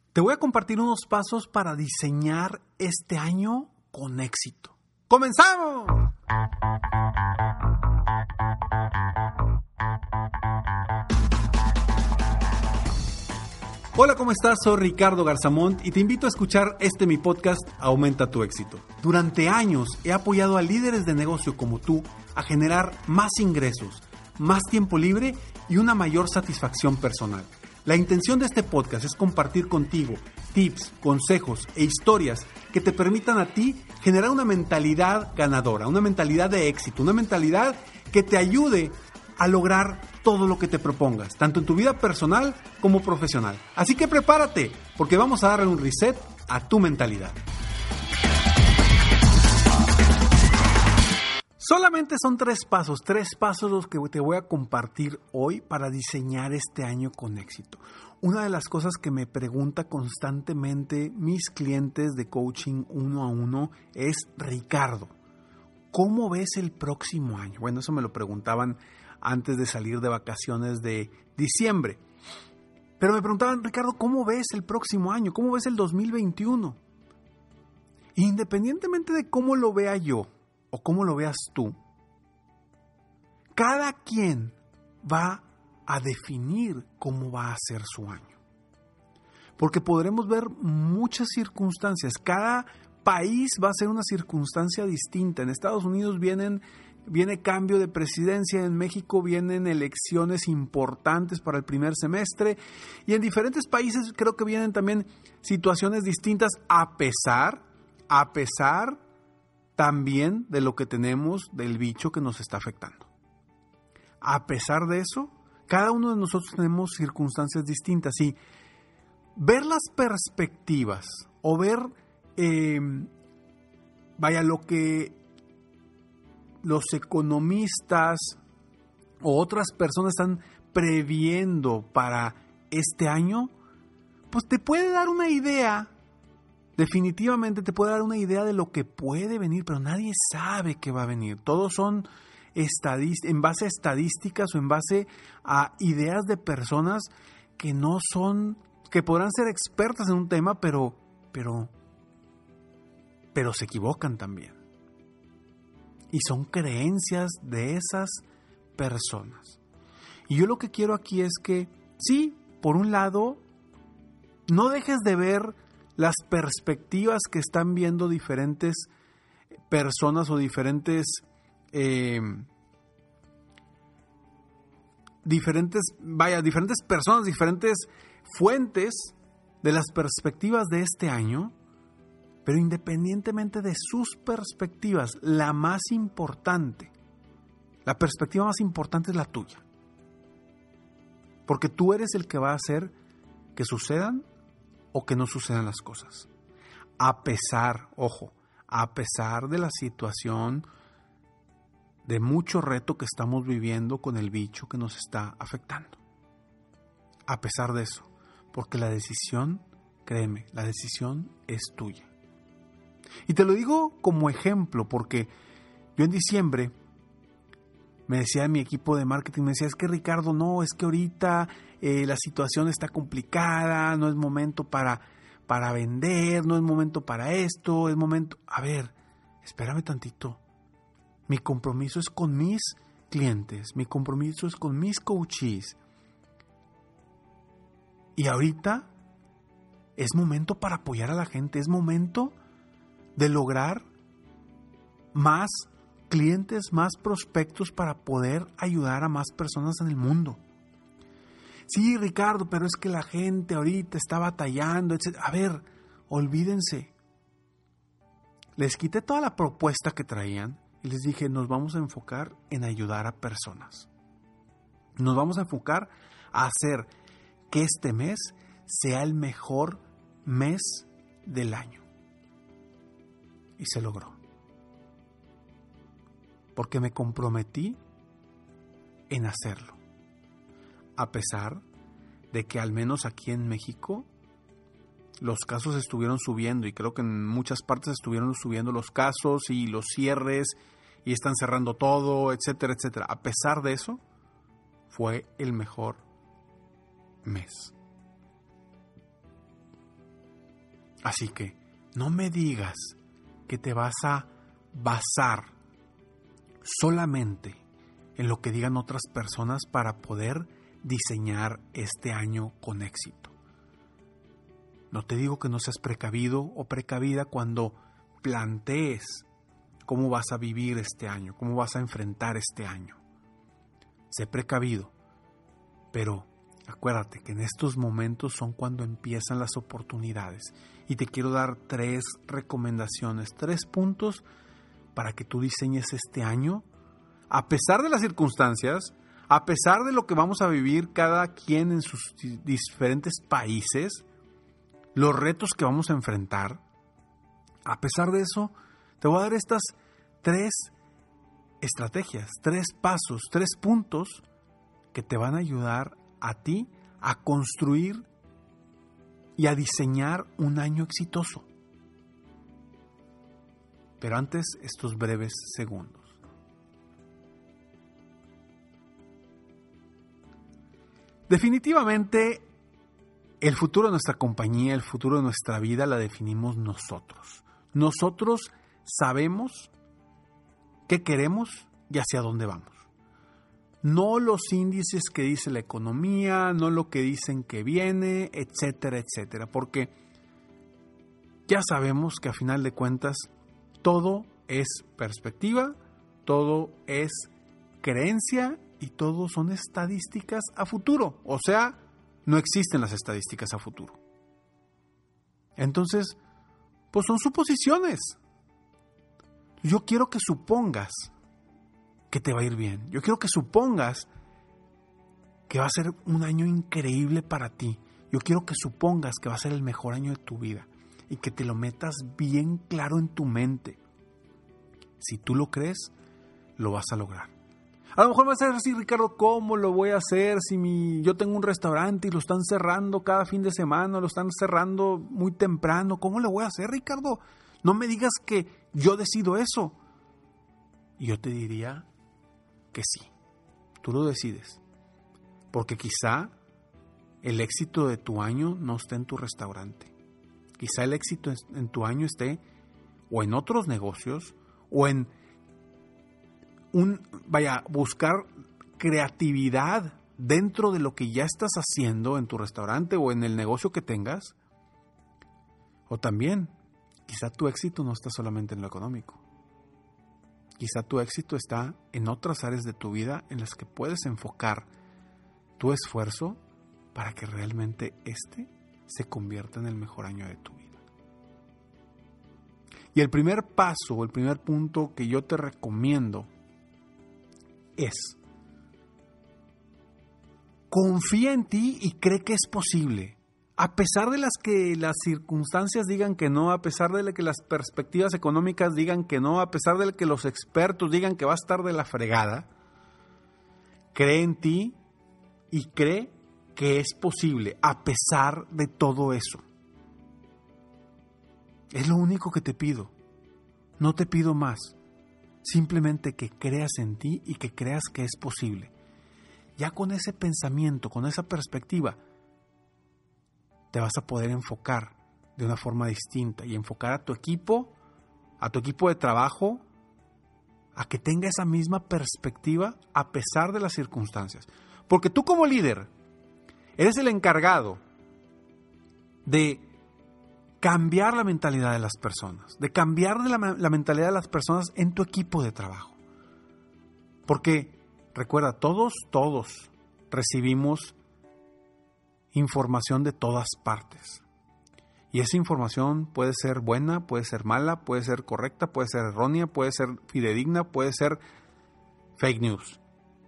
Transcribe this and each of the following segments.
Te voy a compartir unos pasos para diseñar este año con éxito. ¡Comenzamos! Hola, ¿cómo estás? Soy Ricardo Garzamont y te invito a escuchar mi podcast Aumenta tu éxito. Durante años he apoyado a líderes de negocio como tú a generar más ingresos, más tiempo libre y una mayor satisfacción personal. La intención de este podcast es compartir contigo tips, consejos e historias que te permitan a ti generar una mentalidad ganadora, una mentalidad de éxito, una mentalidad que te ayude a lograr todo lo que te propongas, tanto en tu vida personal como profesional. Así que prepárate, porque vamos a darle un reset a tu mentalidad. Solamente son tres pasos los que te voy a compartir hoy para diseñar este año con éxito. Una de las cosas que me pregunta constantemente mis clientes de coaching 1 a 1 es: Ricardo, ¿cómo ves el próximo año? Bueno, eso me lo preguntaban antes de salir de vacaciones de diciembre. Pero me preguntaban: Ricardo, ¿cómo ves el próximo año? ¿Cómo ves el 2021? Independientemente de cómo lo vea yo o cómo lo veas tú, cada quien va a definir cómo va a ser su año. Porque podremos ver muchas circunstancias. Cada país va a ser una circunstancia distinta. En Estados Unidos viene cambio de presidencia, en México vienen elecciones importantes para el primer semestre y en diferentes países creo que vienen también situaciones distintas a pesar también de lo que tenemos del bicho que nos está afectando. A pesar de eso, cada uno de nosotros tenemos circunstancias distintas y ver las perspectivas o ver lo que los economistas o otras personas están previendo para este año, pues te puede dar una idea. Definitivamente te puede dar una idea de lo que puede venir, pero nadie sabe qué va a venir. Todos son en base a estadísticas o en base a ideas de personas que que podrán ser expertas en un tema, pero se equivocan también. Y son creencias de esas personas. Y yo lo que quiero aquí es que, sí, por un lado, no dejes de ver las perspectivas que están viendo diferentes personas o diferentes personas, diferentes fuentes de las perspectivas de este año, pero independientemente de sus perspectivas, la perspectiva más importante es la tuya. Porque tú eres el que va a hacer que sucedan o que no sucedan las cosas. A pesar de la situación de mucho reto que estamos viviendo con el bicho que nos está afectando. A pesar de eso, porque la decisión, créeme, la decisión es tuya. Y te lo digo como ejemplo, porque yo en diciembre me decía mi equipo de marketing, me decía: es que Ricardo, no, es que ahorita la situación está complicada, no es momento para vender, no es momento para esto, es momento... A ver, espérame tantito. Mi compromiso es con mis clientes, mi compromiso es con mis coaches. Y ahorita es momento para apoyar a la gente, es momento de lograr más clientes, más prospectos para poder ayudar a más personas en el mundo. Sí, Ricardo, pero es que la gente ahorita está batallando, etc. A ver, olvídense. Les quité toda la propuesta que traían y les dije: nos vamos a enfocar en ayudar a personas. Nos vamos a enfocar a hacer que este mes sea el mejor mes del año. Y se logró. Porque me comprometí en hacerlo. A pesar de que al menos aquí en México los casos estuvieron subiendo, y creo que en muchas partes estuvieron subiendo los casos y los cierres y están cerrando todo, etcétera, etcétera. A pesar de eso, fue el mejor mes. Así que no me digas que te vas a basar solamente en lo que digan otras personas para poder diseñar este año con éxito. No te digo que no seas precavido o precavida cuando plantees cómo vas a vivir este año, cómo vas a enfrentar este año. Sé precavido, pero acuérdate que en estos momentos son cuando empiezan las oportunidades. Y te quiero dar 3 recomendaciones, 3 puntos para que tú diseñes este año, a pesar de las circunstancias, a pesar de lo que vamos a vivir cada quien en sus diferentes países, los retos que vamos a enfrentar. A pesar de eso, te voy a dar estas 3 estrategias, 3 pasos, 3 puntos que te van a ayudar a ti a construir y a diseñar un año exitoso. Pero antes, estos breves segundos. Definitivamente, el futuro de nuestra compañía, el futuro de nuestra vida la definimos nosotros. Nosotros sabemos qué queremos y hacia dónde vamos. No los índices que dice la economía, no lo que dicen que viene, etcétera, etcétera. Porque ya sabemos que a final de cuentas todo es perspectiva, todo es creencia y todo son estadísticas a futuro. O sea, no existen las estadísticas a futuro. Entonces, pues son suposiciones. Yo quiero que supongas que te va a ir bien. Yo quiero que supongas que va a ser un año increíble para ti. Yo quiero que supongas que va a ser el mejor año de tu vida y que te lo metas bien claro en tu mente. Si tú lo crees, lo vas a lograr. A lo mejor vas a decir, Ricardo, ¿cómo lo voy a hacer si yo tengo un restaurante y lo están cerrando cada fin de semana, lo están cerrando muy temprano? ¿Cómo lo voy a hacer, Ricardo? No me digas que yo decido eso. Y yo te diría que sí, tú lo decides. Porque quizá el éxito de tu año no esté en tu restaurante. Quizá el éxito en tu año esté o en otros negocios o en buscar creatividad dentro de lo que ya estás haciendo en tu restaurante o en el negocio que tengas. O también, quizá tu éxito no está solamente en lo económico. Quizá tu éxito está en otras áreas de tu vida en las que puedes enfocar tu esfuerzo para que realmente se convierta en el mejor año de tu vida. Y el primer paso o el primer punto que yo te recomiendo es: confía en ti y cree que es posible. A pesar de que las circunstancias digan que no, a pesar de que las perspectivas económicas digan que no, a pesar de que los expertos digan que va a estar de la fregada, cree en ti y cree que es posible, a pesar de todo eso. Es lo único que te pido. No te pido más. Simplemente que creas en ti y que creas que es posible. Ya con ese pensamiento, con esa perspectiva, te vas a poder enfocar de una forma distinta y enfocar a tu equipo de trabajo, a que tenga esa misma perspectiva a pesar de las circunstancias. Porque tú como líder eres el encargado de cambiar la mentalidad de las personas, de cambiar la mentalidad de las personas en tu equipo de trabajo. Porque, recuerda, todos recibimos información de todas partes. Y esa información puede ser buena, puede ser mala, puede ser correcta, puede ser errónea, puede ser fidedigna, puede ser fake news.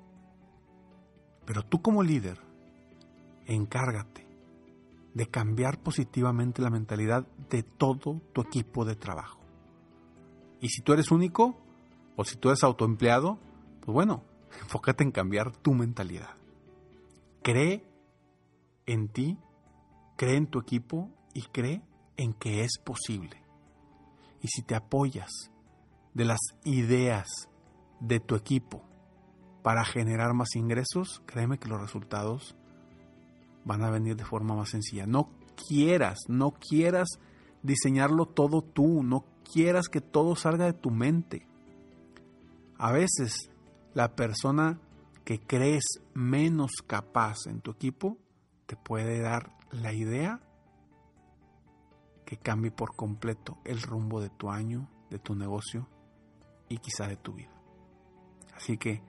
Pero tú como líder, encárgate de cambiar positivamente la mentalidad de todo tu equipo de trabajo. Y si tú eres único, o si tú eres autoempleado, pues bueno, enfócate en cambiar tu mentalidad. Cree en ti, cree en tu equipo y cree en que es posible. Y si te apoyas de las ideas de tu equipo para generar más ingresos, créeme que los resultados van a venir de forma más sencilla. No quieras diseñarlo todo tú, no quieras que todo salga de tu mente. A veces la persona que crees menos capaz en tu equipo te puede dar la idea que cambie por completo el rumbo de tu año, de tu negocio y quizá de tu vida. Así que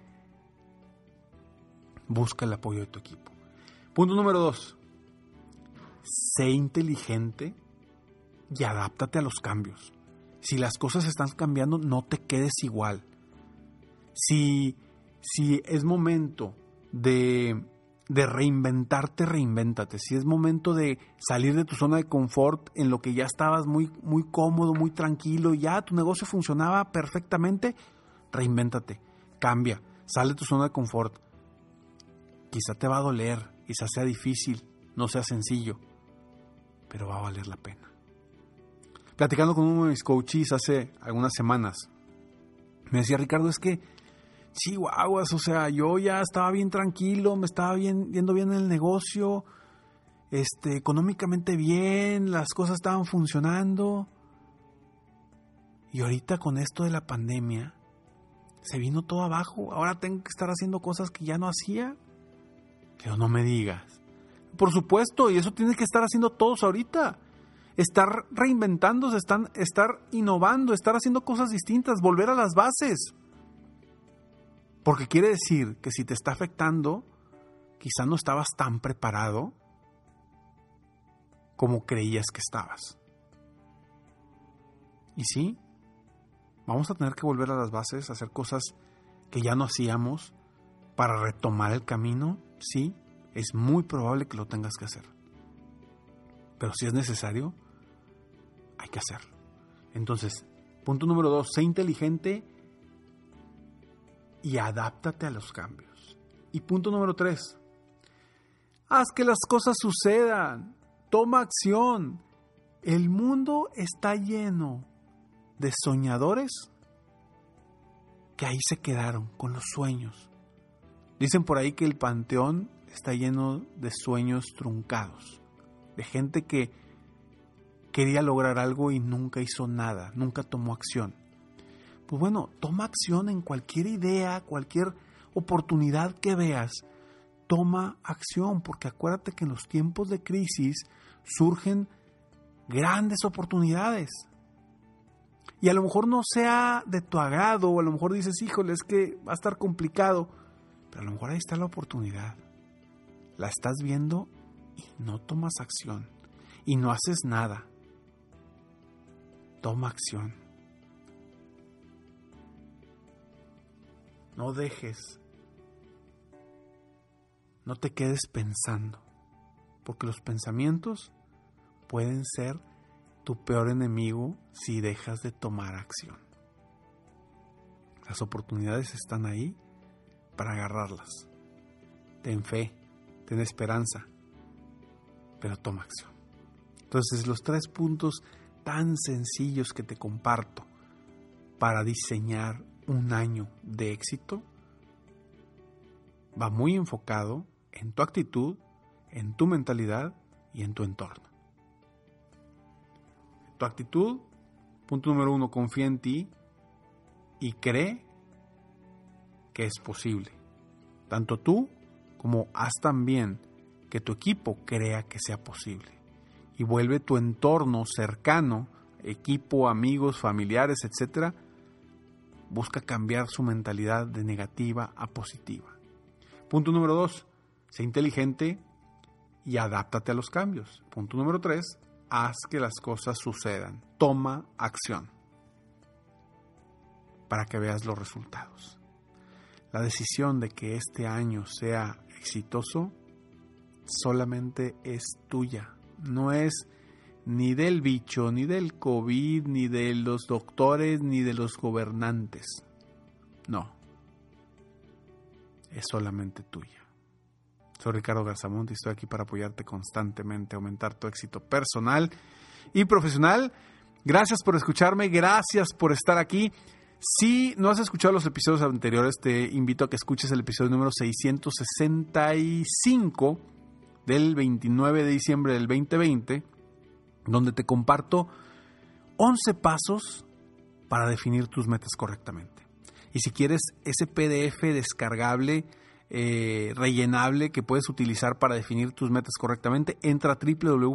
busca el apoyo de tu equipo. Punto número 2. Sé inteligente y adáptate a los cambios. Si las cosas están cambiando, no te quedes igual. Si es momento de reinventarte, reinvéntate. Si es momento de salir de tu zona de confort en lo que ya estabas muy, muy cómodo, muy tranquilo, ya tu negocio funcionaba perfectamente, reinvéntate, cambia, sal de tu zona de confort. Quizá te va a doler, quizá sea difícil, no sea sencillo, pero va a valer la pena. Platicando con uno de mis coaches hace algunas semanas, me decía: Ricardo, es que chihuahuas, o sea, yo ya estaba bien tranquilo, me estaba yendo bien en el negocio, económicamente bien, las cosas estaban funcionando. Y ahorita con esto de la pandemia, se vino todo abajo. Ahora tengo que estar haciendo cosas que ya no hacía. Pero no me digas. Por supuesto, y eso tiene que estar haciendo todos ahorita. Estar reinventándose, estar innovando, estar haciendo cosas distintas, volver a las bases. Porque quiere decir que si te está afectando, quizá no estabas tan preparado como creías que estabas. Y sí, vamos a tener que volver a las bases, hacer cosas que ya no hacíamos para retomar el camino. Sí, es muy probable que lo tengas que hacer. Pero si es necesario, hay que hacerlo. Entonces, punto número 2, sé inteligente y adáptate a los cambios. Y punto número 3, haz que las cosas sucedan, toma acción. El mundo está lleno de soñadores que ahí se quedaron con los sueños. Dicen por ahí que el panteón está lleno de sueños truncados, de gente que quería lograr algo y nunca hizo nada, nunca tomó acción. Pues bueno, toma acción en cualquier idea, cualquier oportunidad que veas. Toma acción, porque acuérdate que en los tiempos de crisis surgen grandes oportunidades. Y a lo mejor no sea de tu agrado, o a lo mejor dices, híjole, es que va a estar complicado. Pero a lo mejor ahí está la oportunidad. La estás viendo y no tomas acción. Y no haces nada. Toma acción. No dejes. No te quedes pensando. Porque los pensamientos pueden ser tu peor enemigo si dejas de tomar acción. Las oportunidades están ahí para agarrarlas. Ten fe, ten esperanza, pero toma acción. Entonces, los 3 puntos tan sencillos que te comparto para diseñar un año de éxito va muy enfocado en tu actitud, en tu mentalidad y en tu entorno. Tu actitud, punto número 1, confía en ti y cree que es posible. Tanto tú como haz también que tu equipo crea que sea posible. Y vuelve tu entorno cercano, equipo, amigos, familiares, etcétera, busca cambiar su mentalidad de negativa a positiva. Punto número 2, sé inteligente y adáptate a los cambios. Punto número 3, haz que las cosas sucedan. Toma acción para que veas los resultados. La decisión de que este año sea exitoso solamente es tuya. No es ni del bicho, ni del COVID, ni de los doctores, ni de los gobernantes. No. Es solamente tuya. Soy Ricardo Garzamonte y estoy aquí para apoyarte constantemente, aumentar tu éxito personal y profesional. Gracias por escucharme, gracias por estar aquí. Si no has escuchado los episodios anteriores, te invito a que escuches el episodio número 665 del 29 de diciembre del 2020, donde te comparto 11 pasos para definir tus metas correctamente. Y si quieres ese PDF descargable, rellenable, que puedes utilizar para definir tus metas correctamente, entra a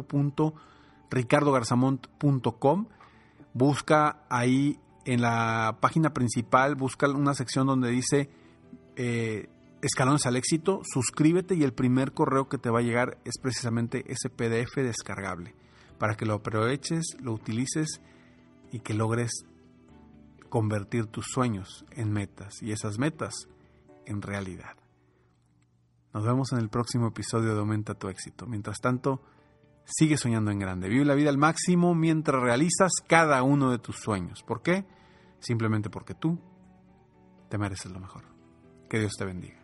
www.ricardogarzamont.com, busca ahí en la página principal, busca una sección donde dice escalones al éxito, suscríbete y el primer correo que te va a llegar es precisamente ese PDF descargable, para que lo aproveches, lo utilices y que logres convertir tus sueños en metas y esas metas en realidad. Nos vemos en el próximo episodio de Aumenta tu éxito. Mientras tanto, sigue soñando en grande. Vive la vida al máximo mientras realizas cada uno de tus sueños. ¿Por qué? Simplemente porque tú te mereces lo mejor. Que Dios te bendiga.